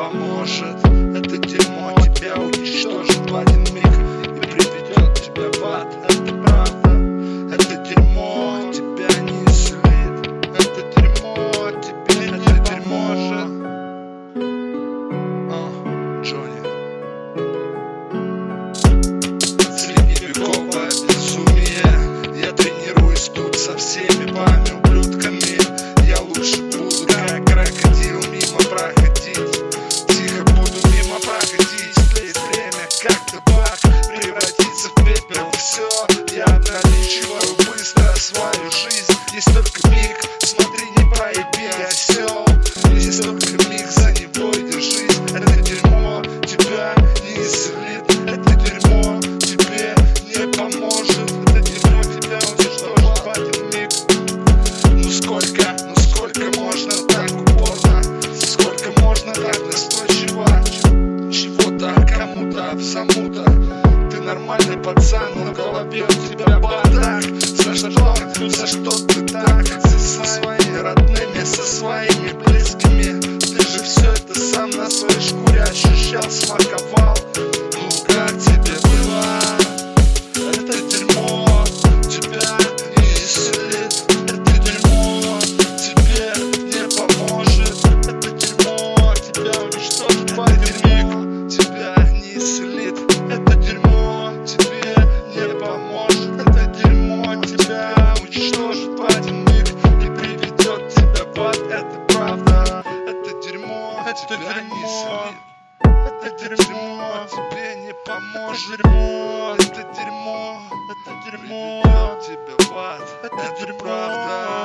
поможет. Это дерьмо тебя уничтожит в один миг и приведет тебя в ад. Это правда. Это дерьмо тебя не исцелит. Это дерьмо тебе не поможет. Джонни. Средневековое безумие. Я тренируюсь тут со всеми вами ублюдками. Я лучше буду как крокодил мимо проходить. Тихо буду мимо проходить. Тлеет время как табак, превратиться в пепел. Все, я ограничиваю быстро свою жизнь. Есть только миг, смотри, не проеби, осел. Есть только миг, за него и держись. Это дерьмо тебя не исцелит. Это дерьмо тебе не поможет. Это дерьмо тебя уничтожит в один миг. Ну сколько можно так упорно? Сколько можно так настойчиво? Чего-то, кому-то, всему-то. Ты нормальный пацан, но в голове у тебя бардак. За что ты так? Со своими родными, со своими близкими. Ты же все это сам на своей шкуре ощущал, смаковал. Ну как тебе было? Это дерьмо тебя не исцелит. Это дерьмо тебе не поможет. Это дерьмо тебя уничтожит в один миг. Тебя не исцелит. Это дерьмо тебе не поможет. Это дерьмо тебя уничтожит в один миг и приведет тебя в ад. Это правда. Это дерьмо тебя не исцелит. Это дерьмо тебе не поможет. Это дерьмо приведет тебя в ад. Это правда.